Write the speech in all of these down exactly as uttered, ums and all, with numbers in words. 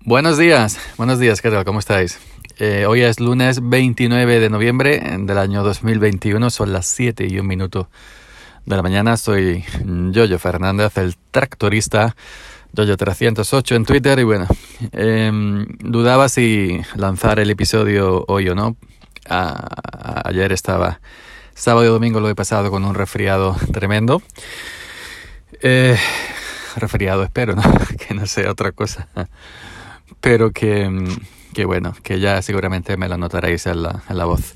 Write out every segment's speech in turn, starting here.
Buenos días, buenos días, ¿qué tal? ¿Cómo estáis? Eh, hoy es lunes veintinueve de noviembre del año dos mil veintiuno, son las siete y un minuto de la mañana. Soy Yoyo Fernández, el tractorista, Yoyo trescientos ocho en Twitter. Y bueno, eh, dudaba si lanzar el episodio hoy o no. A, a, ayer estaba, sábado y domingo lo he pasado con un resfriado tremendo. Eh, resfriado espero, ¿no? Que no sea otra cosa. Pero que, que bueno, que ya seguramente me lo notaréis en la, en la voz.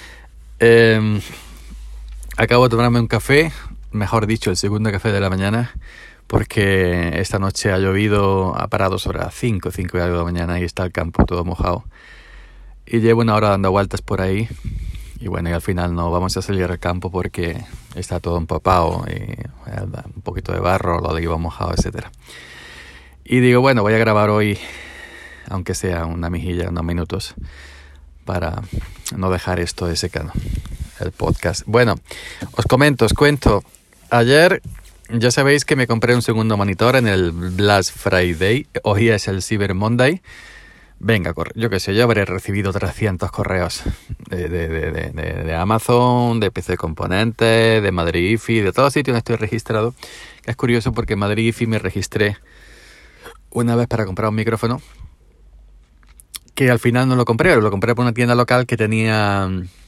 Eh, acabo de tomarme un café, mejor dicho, el segundo café de la mañana, porque esta noche ha llovido, ha parado sobre las cinco, cinco y algo de la mañana y está el campo todo mojado. Y llevo una hora dando vueltas por ahí y bueno, y al final no vamos a salir al campo porque está todo empapado y un poquito de barro, lo de iba mojado, etcétera. Y digo, bueno, voy a grabar hoy, aunque sea una mejilla, unos minutos, para no dejar esto de secano, el podcast. Bueno, os comento, os cuento. Ayer ya sabéis que me compré un segundo monitor en el Black Friday. Hoy es el Cyber Monday. Venga, yo qué sé, yo habré recibido trescientos correos de, de, de, de, de Amazon, de P C Componentes, de Madrid I F I, de todos sitios donde estoy registrado. Es curioso porque en Madrid I F I me registré una vez para comprar un micrófono, que al final no lo compré, lo compré por una tienda local que tenía,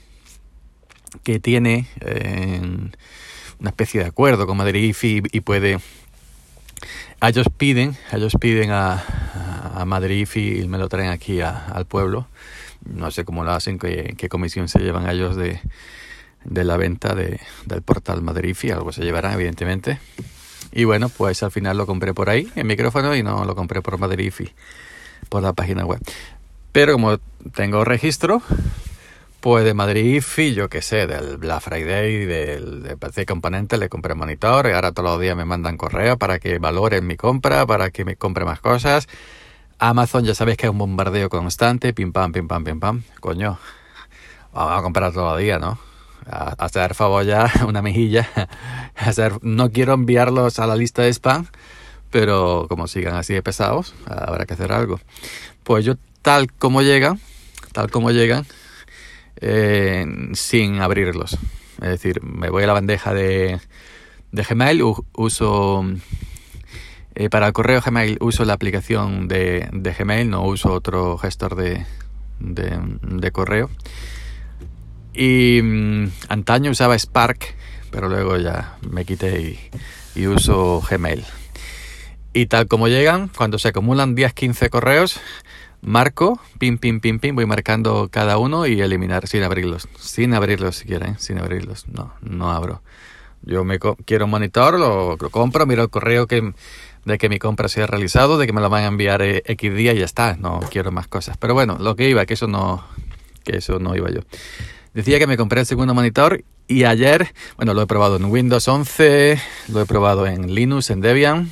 que tiene eh, una especie de acuerdo con Madrid I F I y puede, ellos piden, ellos piden a, a Madrid I F I y me lo traen aquí a, al pueblo. No sé cómo lo hacen, qué, qué comisión se llevan ellos de, de la venta de, del portal Madrid I F I, algo se llevará evidentemente. Y bueno, pues al final lo compré por ahí, el micrófono, y no lo compré por Madrid I F I, por la página web. Pero como tengo registro, pues de Madrid I F I, yo qué sé, del Black Friday, del de P C Componentes, le compré monitor, y ahora todos los días me mandan correo para que valoren mi compra, para que me compre más cosas. Amazon, ya sabéis que es un bombardeo constante, pim pam, pim pam, pim pam. Coño, vamos a comprar todos los días, ¿no? A, a hacer favor ya, una mejilla. A hacer, no quiero enviarlos a la lista de spam, pero como sigan así de pesados, habrá que hacer algo. Pues yo, tal como llegan, tal como llegan, eh, sin abrirlos. Es decir, me voy a la bandeja de, de Gmail, u, uso, eh, para el correo Gmail uso la aplicación de, de Gmail, no uso otro gestor de, de, de correo. Y um, antaño usaba Spark, pero luego ya me quité y, y uso Gmail. Y tal como llegan, cuando se acumulan diez quince correos, marco, pim, pim, pim, pim, voy marcando cada uno y eliminar sin abrirlos. Sin abrirlos si quieren, sin abrirlos. No, no abro. Yo me co- quiero un monitor, lo, lo compro, miro el correo que, de que mi compra se ha realizado, de que me lo van a enviar eh, X día y ya está. No quiero más cosas. Pero bueno, lo que iba, que eso no, que eso no iba yo. Decía que me compré el segundo monitor y ayer, bueno, lo he probado en Windows once, lo he probado en Linux, en Debian,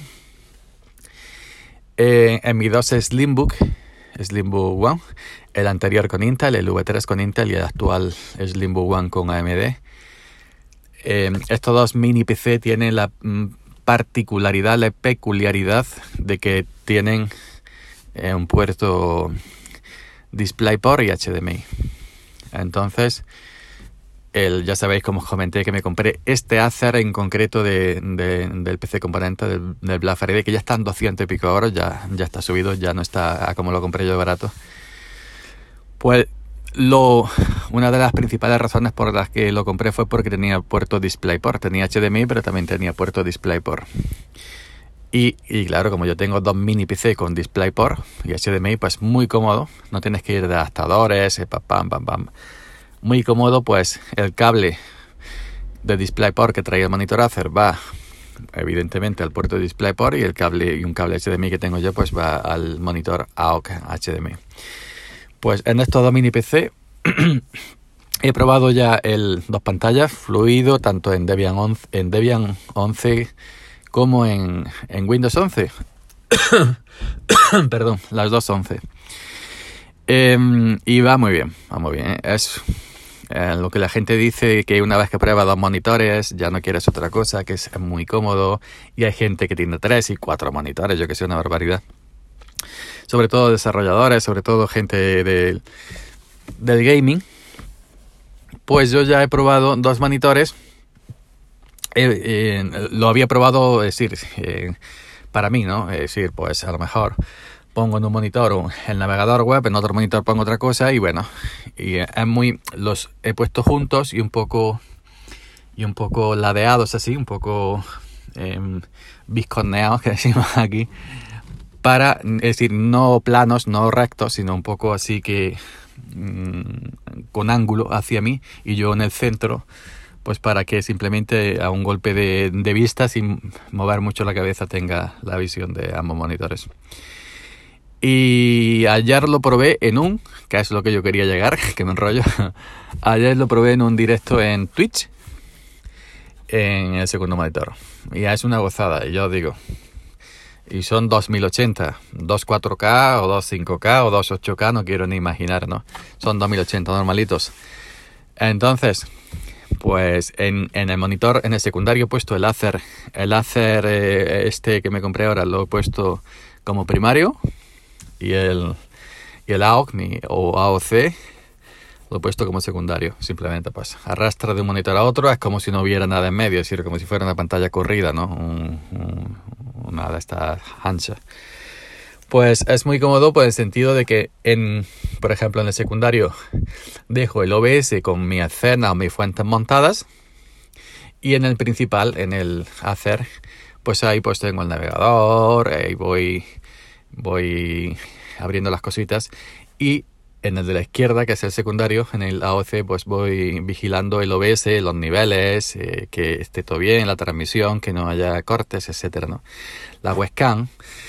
eh, en mi dos Slimbook, Slimbook One, el anterior con Intel, el V tres con Intel y el actual Slimbook One con A M D. Eh, estos dos mini P C tienen la mm, particularidad, la peculiaridad de que tienen eh, un puerto DisplayPort y H D M I. Entonces, el, ya sabéis, como os comenté, que me compré este Acer en concreto de, de, del P C Componente del, del Black Friday, que ya está en doscientos y pico euros, ya, ya está subido, ya no está a como lo compré yo de barato. Pues lo, una de las principales razones por las que lo compré fue porque tenía puerto DisplayPort, tenía H D M I, pero también tenía puerto DisplayPort. Y, y claro, como yo tengo dos mini P C con DisplayPort y H D M I, pues muy cómodo. No tienes que ir de adaptadores, eh, pam, pam, pam. Muy cómodo, pues el cable de DisplayPort que trae el monitor Acer va evidentemente al puerto de DisplayPort y el cable y un cable H D M I que tengo yo pues va al monitor A O C H D M I. Pues en estos dos mini P C he probado ya el dos pantallas fluido tanto en Debian once, en Debian once como en, en Windows once. Perdón, las dos once. Eh, y va muy bien, va muy bien. ¿eh? Es eh, lo que la gente dice, que una vez que prueba dos monitores ya no quieres otra cosa, que es muy cómodo. Y hay gente que tiene tres y cuatro monitores, yo que sé, una barbaridad. sobre todo desarrolladores, sobre todo gente de, del gaming, pues yo ya he probado dos monitores. Eh, eh, lo había probado, es decir, eh, para mí, ¿no? Es decir, pues a lo mejor pongo en un monitor un, el navegador web, en otro monitor pongo otra cosa y bueno, y es muy, los he puesto juntos y un poco y un poco ladeados así, un poco eh, bizconeados, que decimos aquí, para, es decir, no planos, no rectos, sino un poco así que mmm, con ángulo hacia mí y yo en el centro, pues para que simplemente a un golpe de, de vista, sin mover mucho la cabeza, tenga la visión de ambos monitores. Y ayer lo probé en un, que es lo que yo quería llegar, que me enrollo, ayer lo probé en un directo en Twitch, en el segundo monitor. Y es una gozada, y yo digo, y son dos mil ochenta, dos cuatro K o dos cinco K o dos ocho K, no quiero ni imaginar, ¿no? Son dos mil ochenta normalitos. Entonces, pues en, en el monitor, en el secundario he puesto el Acer, el Acer eh, este que me compré ahora, lo he puesto como primario. Y el, y el A O C mi, o A O C lo he puesto como secundario. Simplemente pues arrastra de un monitor a otro. Es como si no hubiera nada en medio. Es decir, como si fuera una pantalla corrida, ¿no? Un, un, una de estas anchas. Pues es muy cómodo por el sentido de que, en, por ejemplo, en el secundario dejo el O B S con mi escena o mis fuentes montadas. Y en el principal, en el Acer, pues ahí pues tengo el navegador y voy... voy abriendo las cositas, y en el de la izquierda, que es el secundario, en el A O C, pues voy vigilando el O B S, los niveles, eh, que esté todo bien, la transmisión, que no haya cortes, etcétera, ¿no? La webcam,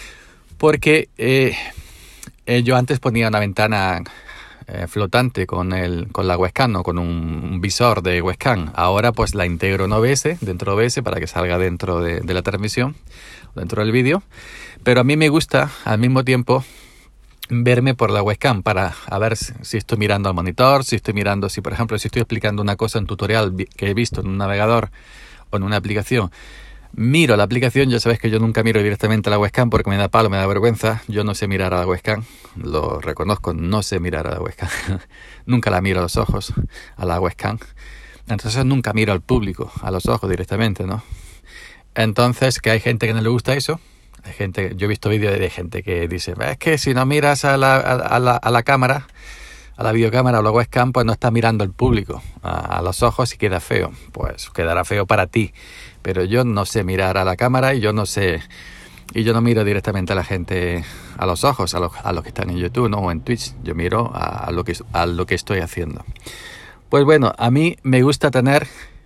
porque eh, eh, yo antes ponía una ventana eh, flotante con el con la webcam, ¿no? Con un, un visor de webcam. Ahora pues la integro en O B S, dentro de O B S, para que salga dentro de, de la transmisión, dentro del vídeo. Pero a mí me gusta al mismo tiempo verme por la webcam para a ver si, si estoy mirando al monitor, si estoy mirando, si por ejemplo si estoy explicando una cosa en tutorial que he visto en un navegador o en una aplicación, miro la aplicación. Ya sabes que yo nunca miro directamente a la webcam porque me da palo, me da vergüenza. Yo no sé mirar a la webcam, lo reconozco, no sé mirar a la webcam. Nunca la miro a los ojos, a la webcam. Entonces nunca miro al público a los ojos directamente, ¿no? Entonces, que hay gente que no le gusta eso. Hay gente, yo he visto vídeos de gente que dice, es que si no miras a la, a, a la, a la cámara, a la videocámara o la webcam, pues no estás mirando al público, a, a los ojos, y queda feo. Pues quedará feo para ti, pero yo no sé mirar a la cámara y yo no sé, y yo no miro directamente a la gente a los ojos, a los, a los que están en YouTube, ¿no? O en Twitch. Yo miro a, a, lo que, a lo que estoy haciendo. Pues bueno, a mí me gusta tener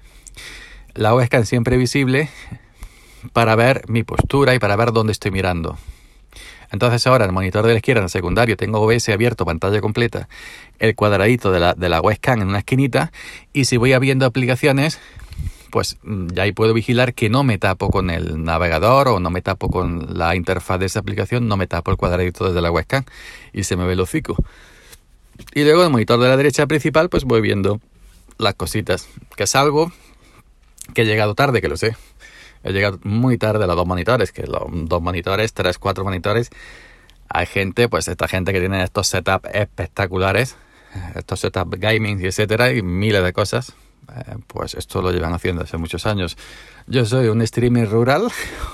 la webcam siempre visible para ver mi postura y para ver dónde estoy mirando. Entonces ahora en el monitor de la izquierda, en el secundario, tengo O B S abierto, pantalla completa, el cuadradito de la, de la webcam en una esquinita, y si voy abriendo aplicaciones, pues ya ahí puedo vigilar que no me tapo con el navegador o no me tapo con la interfaz de esa aplicación, no me tapo el cuadradito desde la webcam y se me ve el hocico. Y luego en el monitor de la derecha principal, pues voy viendo las cositas, que es algo que he llegado tarde, que lo sé. He llegado muy tarde a los dos monitores, que los dos monitores, tres, cuatro monitores. Hay gente, pues esta gente que tiene estos setups espectaculares, estos setups gaming y etcétera, y miles de cosas. Eh, pues esto lo llevan haciendo hace muchos años. Yo soy un streamer rural,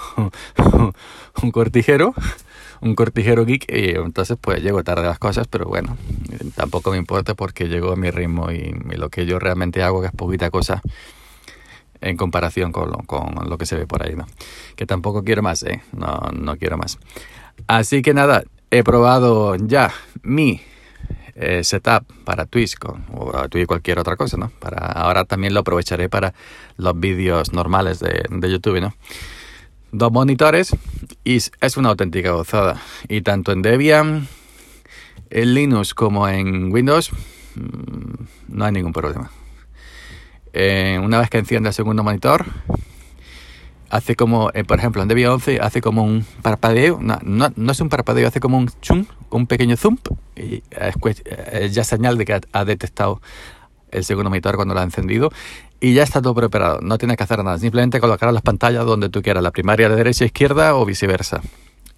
un cortijero, un cortijero geek, y entonces pues llego tarde a las cosas, pero bueno, tampoco me importa porque llego a mi ritmo y, y lo que yo realmente hago, que es poquita cosa en comparación con lo, con lo que se ve por ahí, ¿no? Que tampoco quiero más, ¿eh? No, no quiero más. Así que nada, he probado ya mi eh, setup para Twitch con, o Twitch cualquier otra cosa, ¿no? Para, ahora también lo aprovecharé para los vídeos normales de, de YouTube, ¿no? Dos monitores y es una auténtica gozada. Y tanto en Debian, en Linux como en Windows, mmm, no hay ningún problema. Eh, una vez que enciende el segundo monitor, hace como, eh, por ejemplo, en Debian once hace como un parpadeo, no, no, no es un parpadeo, hace como un chum, un pequeño zoom, y es, es ya señal de que ha, ha detectado el segundo monitor cuando lo ha encendido, y ya está todo preparado, no tienes que hacer nada, simplemente colocar las pantallas donde tú quieras, la primaria de derecha a izquierda o viceversa,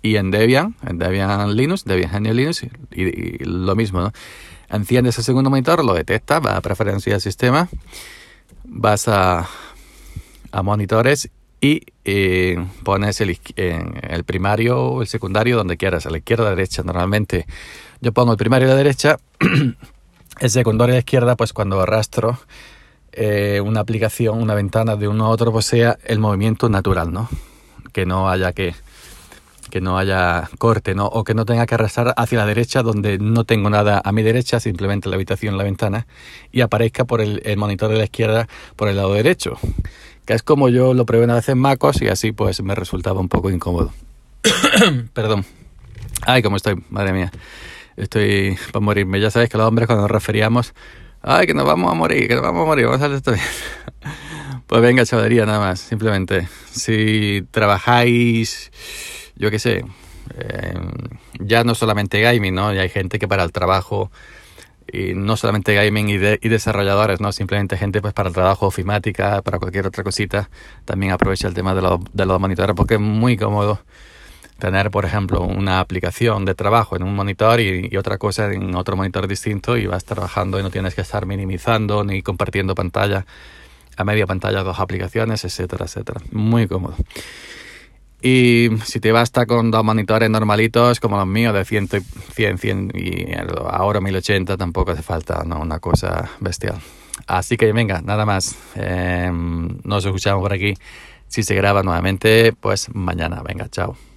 y en Debian, en Debian Linux, Debian G N U Linux, y, y lo mismo, ¿no? Enciendes el segundo monitor, lo detecta, va a preferencia del sistema, vas a, a monitores y eh, pones el, en el primario o el secundario donde quieras, a la izquierda o a la derecha. Normalmente yo pongo el primario a la derecha, el secundario a la izquierda, pues cuando arrastro eh, una aplicación, una ventana de uno a otro, pues sea el movimiento natural, ¿no? Que no haya que... que no haya corte, ¿no? O que no tenga que arrastrar hacia la derecha donde no tengo nada a mi derecha, simplemente la habitación, la ventana, y aparezca por el, el monitor de la izquierda por el lado derecho, que es como yo lo probé una vez en MacOS y así pues me resultaba un poco incómodo. Perdón. Ay, cómo estoy, madre mía. Estoy para morirme. Ya sabéis que los hombres cuando nos referíamos, ay, que nos vamos a morir, que nos vamos a morir, vamos a hacer esto bien. Pues venga, chavalería, nada más, simplemente. Si trabajáis... yo qué sé, eh, ya no solamente gaming, ¿no? Ya hay gente que para el trabajo, y no solamente gaming y, de, y desarrolladores, ¿no? Simplemente gente pues para el trabajo, ofimática, para cualquier otra cosita, también aprovecha el tema de, lo, de los monitores porque es muy cómodo tener, por ejemplo, una aplicación de trabajo en un monitor y, y otra cosa en otro monitor distinto y vas trabajando y no tienes que estar minimizando ni compartiendo pantalla, a media pantalla dos aplicaciones, etcétera, etcétera. Muy cómodo. Y si te basta con dos monitores normalitos como los míos de cien, cien, cien y ahora mil ochenta, tampoco hace falta, ¿no? Una cosa bestial. Así que venga, nada más. Eh, nos escuchamos por aquí. Si se graba nuevamente, pues mañana. Venga, chao.